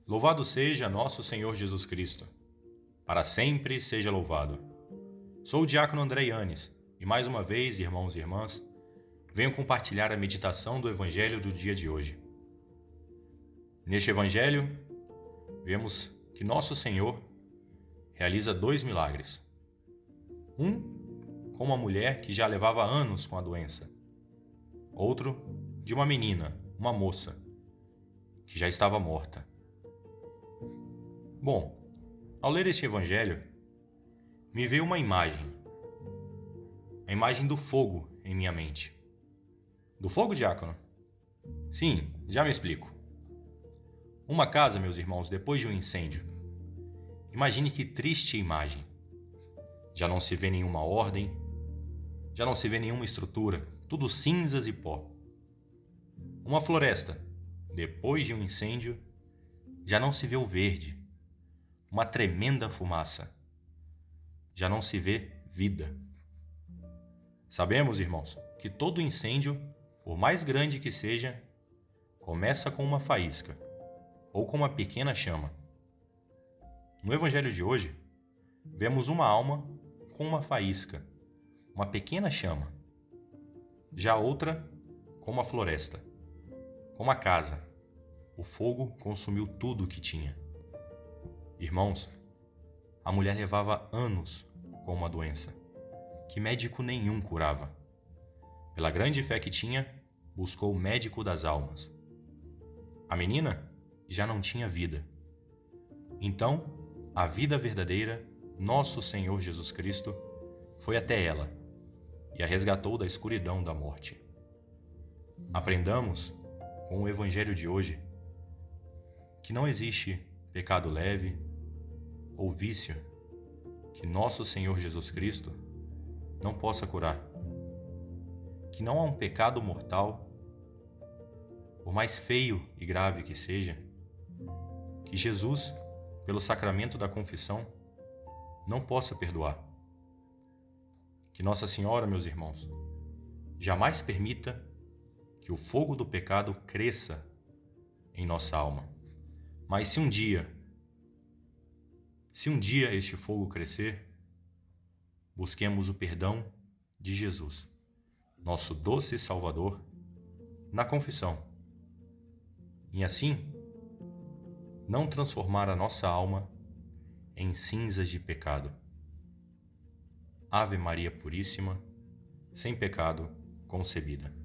Louvado seja nosso Senhor Jesus Cristo. Para sempre seja louvado. Sou o diácono André Yanes e mais uma vez, irmãos e irmãs, venho compartilhar a meditação do Evangelho do dia de hoje. Neste Evangelho, vemos que nosso Senhor realiza 2 milagres. Um com uma mulher que já levava anos com a doença. Outro de uma menina, uma moça, que já estava morta. Bom, ao ler este evangelho, me veio uma imagem. A imagem do fogo em minha mente. Do fogo, diácono? Sim, já me explico. Uma casa, meus irmãos, depois de um incêndio. Imagine que triste imagem. Já não se vê nenhuma ordem, já não se vê nenhuma estrutura, tudo cinzas e pó. Uma floresta, depois de um incêndio, já não se vê o verde, uma tremenda fumaça. Já não se vê vida. Sabemos, irmãos, que todo incêndio, por mais grande que seja, começa com uma faísca ou com uma pequena chama. No evangelho de hoje, vemos uma alma com uma faísca, uma pequena chama. Já outra com uma floresta, com uma casa. O fogo consumiu tudo o que tinha. Irmãos, a mulher levava anos com uma doença, que médico nenhum curava. Pela grande fé que tinha, buscou o médico das almas. A menina já não tinha vida. Então, a vida verdadeira, nosso Senhor Jesus Cristo, foi até ela e a resgatou da escuridão da morte. Aprendamos com o Evangelho de hoje que não existe pecado leve ou vício que nosso Senhor Jesus Cristo não possa curar. Que não há um pecado mortal, por mais feio e grave que seja, que Jesus, pelo sacramento da confissão, não possa perdoar. Que Nossa Senhora, meus irmãos, jamais permita que o fogo do pecado cresça em nossa alma. Mas se um dia este fogo crescer, busquemos o perdão de Jesus, nosso doce Salvador, na confissão. E assim, não transformar a nossa alma em cinzas de pecado. Ave Maria Puríssima, sem pecado concebida.